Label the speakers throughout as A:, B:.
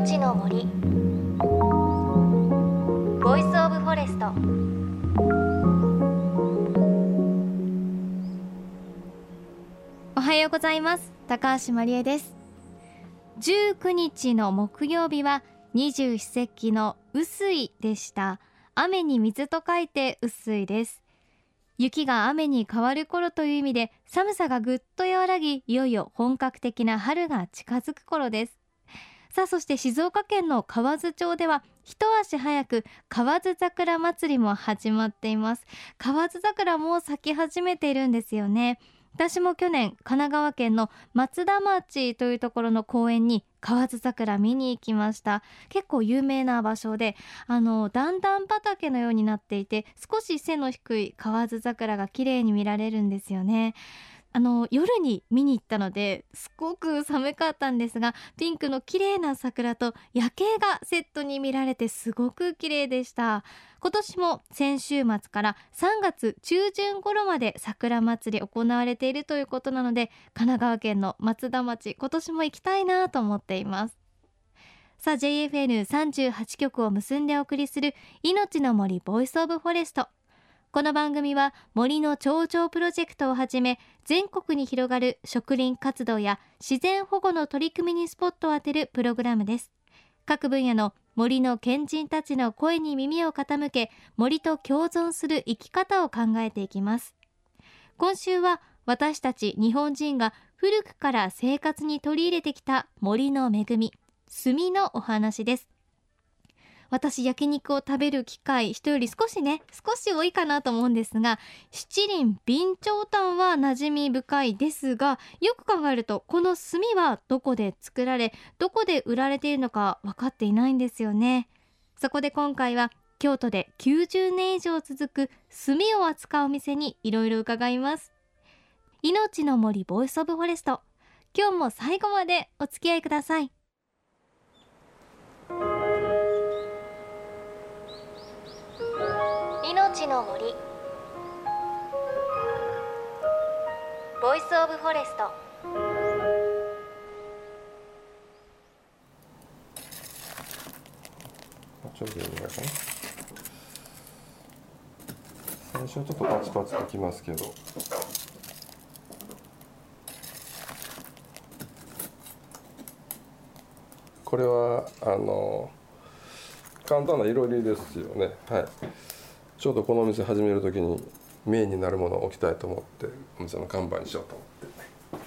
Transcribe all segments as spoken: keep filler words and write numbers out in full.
A: 命の森ボイスオブフォレスト。おはようございます。高橋まりえです。じゅうくにちの木曜日は二十四節気の雨水でした。雨に水と書いて雨水です。雪が雨に変わる頃という意味で、寒さがぐっと和らぎ、いよいよ本格的な春が近づく頃です。さあ、そして静岡県の河津町では一足早く河津桜祭りも始まっています。河津桜も咲き始めているんですよね。私も去年神奈川県の松田町というところの公園に河津桜見に行きました。結構有名な場所で、あの段々畑のようになっていて、少し背の低い河津桜が綺麗に見られるんですよね。あの夜に見に行ったのですごく寒かったんですが、ピンクの綺麗な桜と夜景がセットに見られてすごく綺麗でした。今年も先週末からさんがつちゅうじゅん頃まで桜祭り行われているということなので、神奈川県の松田町、今年も行きたいなと思っています。さあ ジェイエフエヌさんじゅうはち 局を結んでお送りする命の森ボイスオブフォレスト。この番組は森の頂上プロジェクトをはじめ、全国に広がる植林活動や自然保護の取り組みにスポットを当てるプログラムです。各分野の森の賢人たちの声に耳を傾け、森と共存する生き方を考えていきます。今週は私たち日本人が古くから生活に取り入れてきた森の恵み、炭のお話です。私、焼肉を食べる機会人より少しね少し多いかなと思うんですが、七輪備長炭は馴染み深いですが、よく考えるとこの炭はどこで作られ、どこで売られているのか分かっていないんですよね。そこで今回は京都できゅうじゅうねん以上続く炭を扱うお店にいろいろ伺います。命の森ボイスオブフォレスト、今日も最後までお付き合いください。命の森ボイスオブフォレスト。
B: ちょうどいいぐらいかな。最初はちょっとパチパチときますけど、これはあの簡単な色入りですよね。はい。ちょうどこのお店始めるときにメインになるものを置きたいと思って、お店の看板にしようと思って。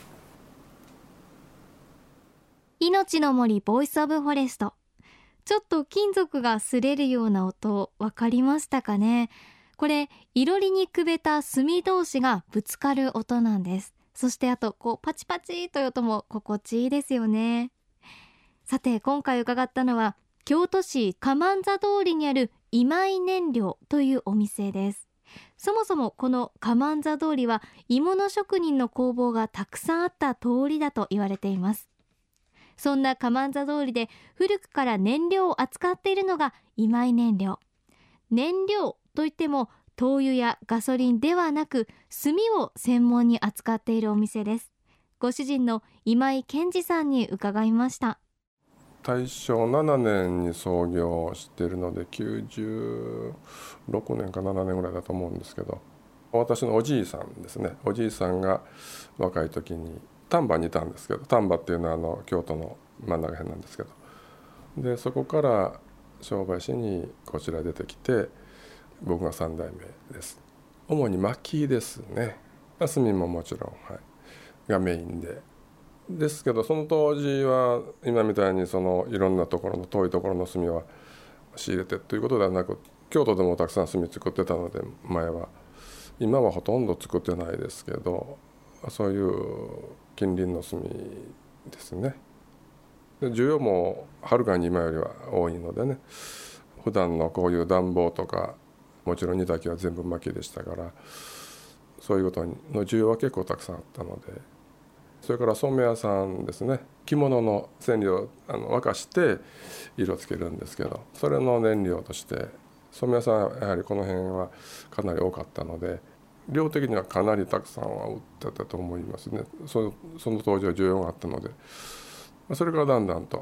A: 命の森ボイスオブフォレスト。ちょっと金属が擦れるような音、分かりましたかね。これいろりにくべた炭同士がぶつかる音なんです。そしてあとこうパチパチという音も心地いいですよね。さて、今回伺ったのは京都市加万座通りにある今井燃料というお店です。そもそもこの加万座通りは鋳物職人の工房がたくさんあった通りだと言われています。そんな加万座通りで古くから燃料を扱っているのが今井燃料。燃料といっても灯油やガソリンではなく、炭を専門に扱っているお店です。ご主人の今井健二さんに伺いました。
B: 大正ななねんに創業しているのできゅうじゅうろくねんかななねんぐらいだと思うんですけど、私のおじいさんですね、おじいさんが若い時に丹波にいたんですけど、丹波っていうのはあの京都の真ん中辺なんですけど、でそこから商売しにこちら出てきて、僕がさん代目です。主に薪ですね。炭ももちろん、はい、がメインでですけど、その当時は今みたいにそのいろんなところの遠いところの炭は仕入れてということではなく、京都でもたくさん炭作ってたので前は、今はほとんど作ってないですけど、そういう近隣の炭ですね。で需要もはるかに今よりは多いのでね、普段のこういう暖房とか、もちろん煮炊きは全部薪でしたから、そういうことの需要は結構たくさんあったので。それから染め屋さんですね、着物の染料をあの沸かして色つけるんですけど、それの燃料として染め屋さんはやはりこの辺はかなり多かったので、量的にはかなりたくさんは売ってたと思いますね。その、その当時は需要があったので、それからだんだんと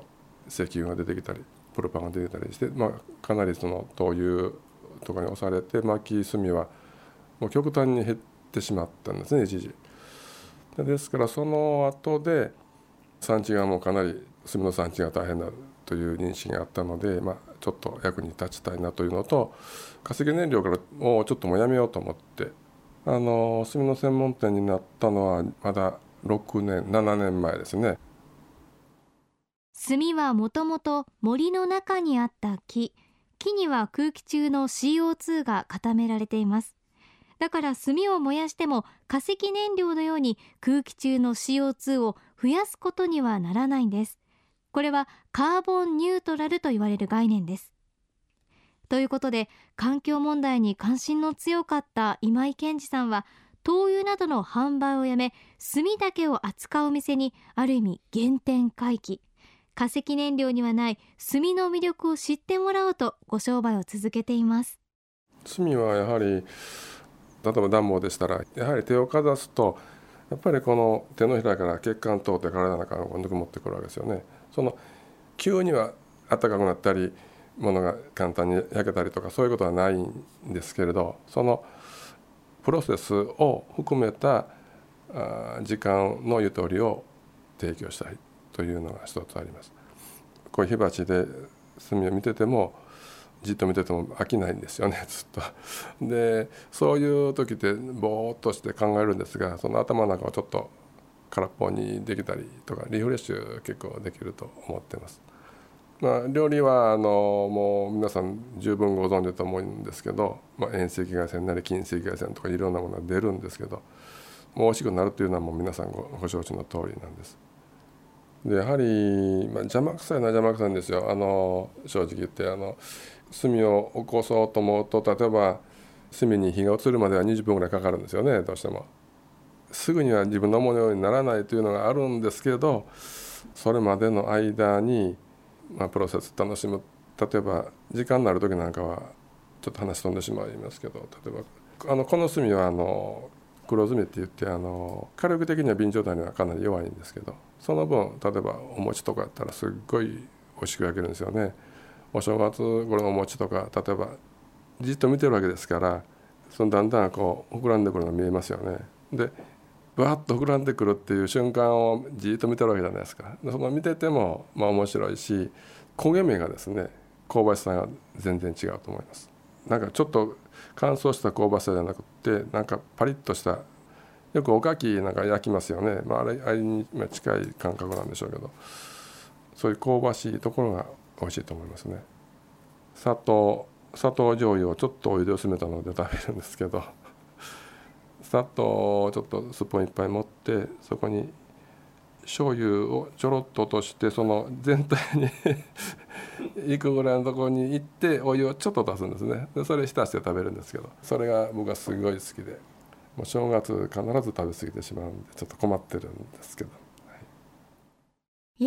B: 石油が出てきたりプロパンが出てきたりして、まあ、かなりその灯油とかに押されて薪炭はもう極端に減ってしまったんですね一時。ですからその後で産地がもうかなり炭の産地が大変だという認識があったので、まあ、ちょっと役に立ちたいなというのと、化石燃料からもうちょっともうやめようと思ってあの炭の専門店になったのはまだろくねんななねんまえですね。
A: 炭はもともと森の中にあった木木には空気中の シーオーツー が固められています。だから炭を燃やしても化石燃料のように空気中の シーオーツー を増やすことにはならないんです。これはカーボンニュートラルと言われる概念です。ということで環境問題に関心の強かった今井健二さんは灯油などの販売をやめ炭だけを扱う店にある意味原点回帰、化石燃料にはない炭の魅力を知ってもらおうとご商売を続けています。
B: 炭はやはり例えば暖房でしたらやはり手をかざすとやっぱりこの手のひらから血管通って体の中をぬくもってくるわけですよね。その急には暖かくなったり物が簡単に焼けたりとかそういうことはないんですけれど、そのプロセスを含めた時間のゆとりを提供したいというのが一つあります。こういう火鉢で炭を見ててもじっと見てても飽きないんですよねずっと。でそういう時ってぼーっとして考えるんですが、その頭の中をちょっと空っぽにできたりとかリフレッシュ結構できると思っています。まあ、料理はあのもう皆さん十分ご存知だと思うんですけど、まあ、遠赤外線なり近赤外線とかいろんなものが出るんですけど、もう美味しくなるというのはもう皆さん ご, ご承知の通りなんです。でやはり、まあ、邪魔くさいな邪魔くさいんですよ。あの正直言ってあの炭を起こそうと思うと例えば炭に火が移るまではにじゅっぷんぐらいかかるんですよね。どうしてもすぐには自分の思うようにならないというのがあるんですけど、それまでの間に、まあ、プロセス楽しむ。例えば時間になる時なんかはちょっと話飛んでしまいますけど、例えばあのこの炭はあの黒炭って言ってあの火力的には備長炭にはかなり弱いんですけど、その分例えばお餅とかやったらすっごい美味しく焼けるんですよね。お正月頃のお餅とか例えばじっと見てるわけですから、そのだんだんこう膨らんでくるのが見えますよね。でバーッと膨らんでくるっていう瞬間をじっと見てるわけじゃないですか。その見ててもまあ面白いし、焦げ目がですね香ばしさが全然違うと思います。なんかちょっと乾燥した香ばしさじゃなくてなんかパリッとしたよくおかきなんか焼きますよね、まあ、あれあれに近い感覚なんでしょうけど、そういう香ばしいところが美味しいと思いますね。砂糖砂糖醤油をちょっとお湯で薄めたので食べるんですけど砂糖をちょっとスプーンいっぱい持ってそこに醤油をちょろっと落としてその全体にいくぐらいのところに行ってお湯をちょっと出すんですね。でそれ浸して食べるんですけど、それが僕はすごい好きで、もう正月必ず食べ過ぎてしまうんでちょっと困ってるんですけど、はい、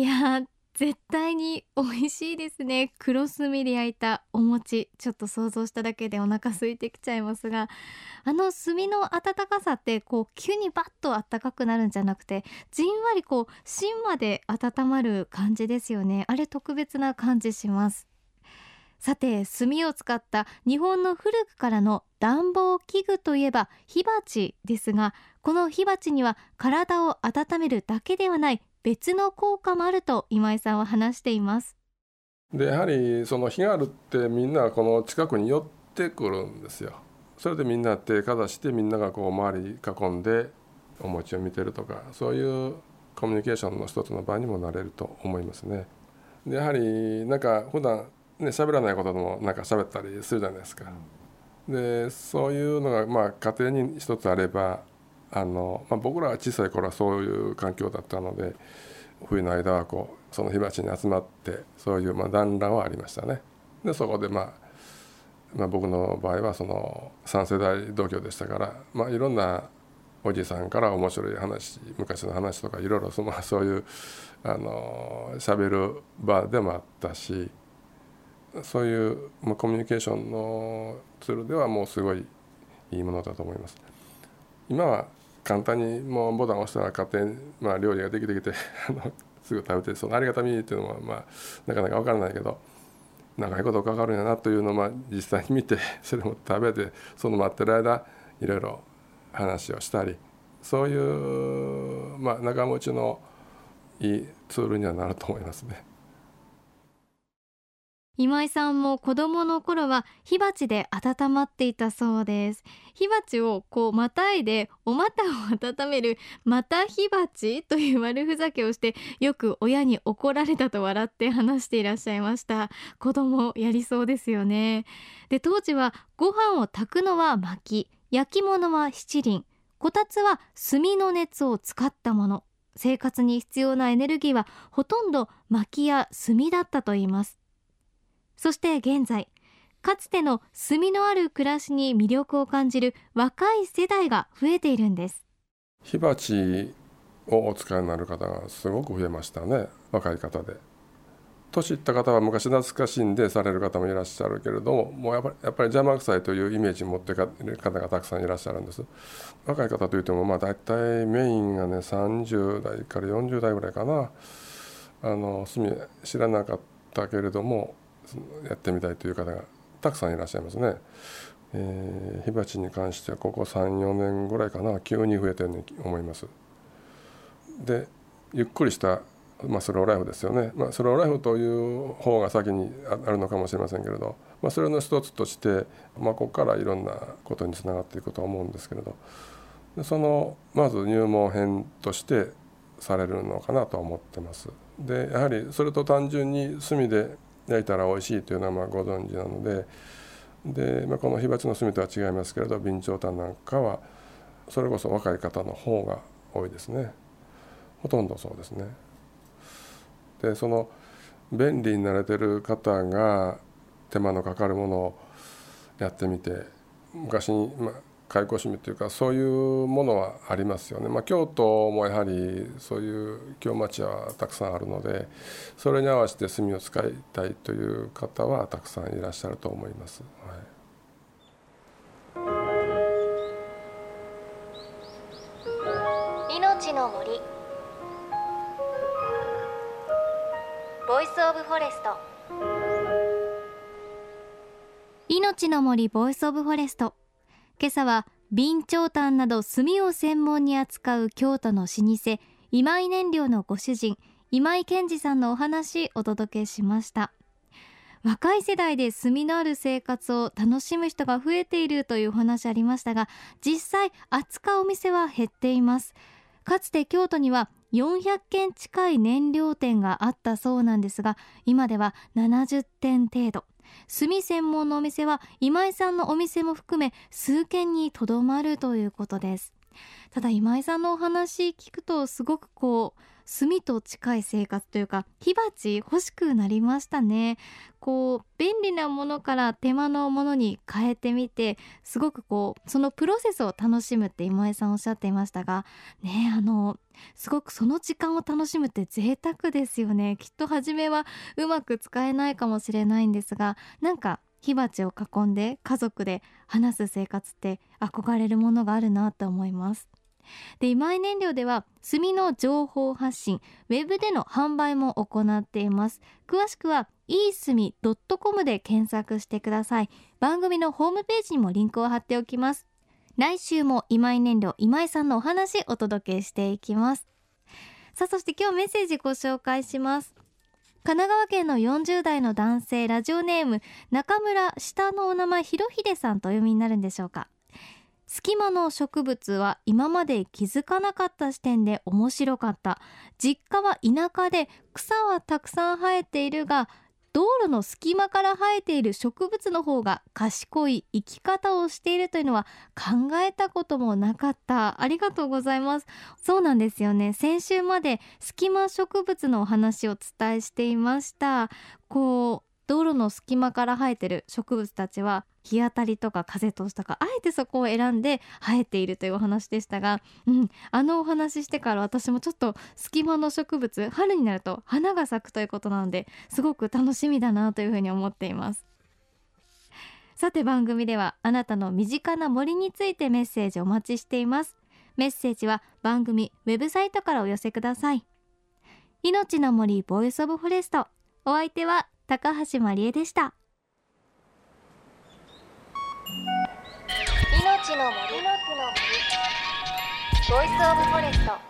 A: いや絶対に美味しいですね。黒炭で焼いたお餅、ちょっと想像しただけでお腹空いてきちゃいますが、あの炭の温かさってこう急にバッと温かくなるんじゃなくてじんわりこう芯まで温まる感じですよね。あれ特別な感じします。さて炭を使った日本の古くからの暖房器具といえば火鉢ですが、この火鉢には体を温めるだけではない別の効果もあると今井さんは話しています。
B: でやはりその火があるってみんなこの近くに寄ってくるんですよ。それでみんな手かざしてみんながこう周り囲んでお餅を見てるとか、そういうコミュニケーションの一つの場にもなれると思いますね。でやはりなんか普段ね喋らないことでもなんか喋ったりするじゃないですか。でそういうのがまあ家庭に一つあればあの、まあ、僕らは小さい頃はそういう環境だったので冬の間はこうその火鉢に集まってそういうまあ団らんはありましたね。でそこで、まあ、まあ僕の場合はそのさん世代同居でしたから、まあ、いろんなおじいさんから面白い話昔の話とかいろいろそのそういうあの喋る場でもあったし、そういう、まあ、コミュニケーションのツールではもうすごいいいものだと思います。今は簡単にもうボタンを押したら勝手に、まあ、料理ができてきてすぐ食べて、そのありがたみっていうのはまあなかなか分からないけど、長いことかかるんやなというのをまあ実際に見て、それも食べて、その待ってる間いろいろ話をしたり、そういう、まあ、仲持ちのいいツールにはなると思いますね。
A: 今井さんも子供の頃は火鉢で温まっていたそうです。火鉢をこうまたいでお股を温めるまた火鉢という悪ふざけをして、よく親に怒られたと笑って話していらっしゃいました。子供やりそうですよね。で、当時はご飯を炊くのは薪、焼き物は七輪、こたつは炭の熱を使ったもの、生活に必要なエネルギーはほとんど薪や炭だったといいます。そして現在、かつての炭のある暮らしに魅力を感じる若い世代が増えているんです。
B: 火鉢をお使いになる方がすごく増えましたね。若い方で、年いった方は昔懐かしんでされる方もいらっしゃるけれども、もうやっぱり、やっぱり邪魔くさいというイメージを持っている方がたくさんいらっしゃるんです。若い方といってもまあ大体メインがねさんじゅう代からよんじゅう代ぐらいかな。あの炭知らなかったけれどもやってみたいという方がたくさんいらっしゃいますね。えー、火鉢に関してはここさん、よねんぐらいかな、急に増えてるように思います。で、ゆっくりした、まあ、スローライフですよね。まあ、スローライフという方が先にあるのかもしれませんけれど、まあ、それの一つとして、まあ、ここからいろんなことにつながっていくと思うんですけれど、でそのまず入門編としてされるのかなと思ってます。で、やはりそれと単純に炭で焼いたら美味しいというのはまあご存知なので、で、まあ、この火鉢の炭とは違いますけれど、備長炭なんかはそれこそ若い方の方が多いですね。ほとんどそうですね。で、その便利になれてる方が手間のかかるものをやってみて、昔に、まあ、開口趣味というかそういうものはありますよね。まあ、京都もやはりそういう京町はたくさんあるので、それに合わせて炭を使いたいという方はたくさんいらっしゃると思います。
A: はい、命の森ボイスオブフォレスト。命の森ボイスオブフォレスト。今朝は備長炭など炭を専門に扱う京都の老舗今井燃料のご主人今井健二さんのお話お届けしました。若い世代で炭のある生活を楽しむ人が増えているというお話ありましたが、実際扱うお店は減っています。かつて京都にはよんひゃくけん近い燃料店があったそうなんですが、今ではななじゅってん程度。炭専門のお店は今井さんのお店も含め数軒にとどまるということです。ただ今井さんのお話聞くとすごくこう炭と近い生活というか、火鉢欲しくなりましたね。こう便利なものから手間のものに変えてみて、すごくこうそのプロセスを楽しむって今井さんおっしゃっていましたがね、あのすごくその時間を楽しむって贅沢ですよね。きっと初めはうまく使えないかもしれないんですが、なんか火鉢を囲んで家族で話す生活って憧れるものがあるなと思います。で、今井燃料では炭の情報発信、ウェブでの販売も行っています。詳しくはいいすみ .com で検索してください。番組のホームページにもリンクを貼っておきます。来週も今井燃料今井さんのお話お届けしていきます。さあ、そして今日メッセージご紹介します。神奈川県のよんじゅう代の男性、ラジオネーム中村、下のお名前ひろひでさんとお読みになるんでしょうか。隙間の植物は今まで気づかなかった視点で面白かった。実家は田舎で草はたくさん生えているが、道路の隙間から生えている植物の方が賢い生き方をしているというのは考えたこともなかった。ありがとうございます。そうなんですよね。先週まで隙間植物のお話をお伝えしていました。こう道路の隙間から生えてる植物たちは日当たりとか風通しとかあえてそこを選んで生えているというお話でしたが、うん、あのお話してから私もちょっと隙間の植物、春になると花が咲くということなのですごく楽しみだなというふうに思っています。さて、番組ではあなたの身近な森についてメッセージお待ちしています。メッセージは番組ウェブサイトからお寄せください。 命の森ボイスオブフォレスト、お相手は高橋まりえでした。命の森ボイスオブフォレスト。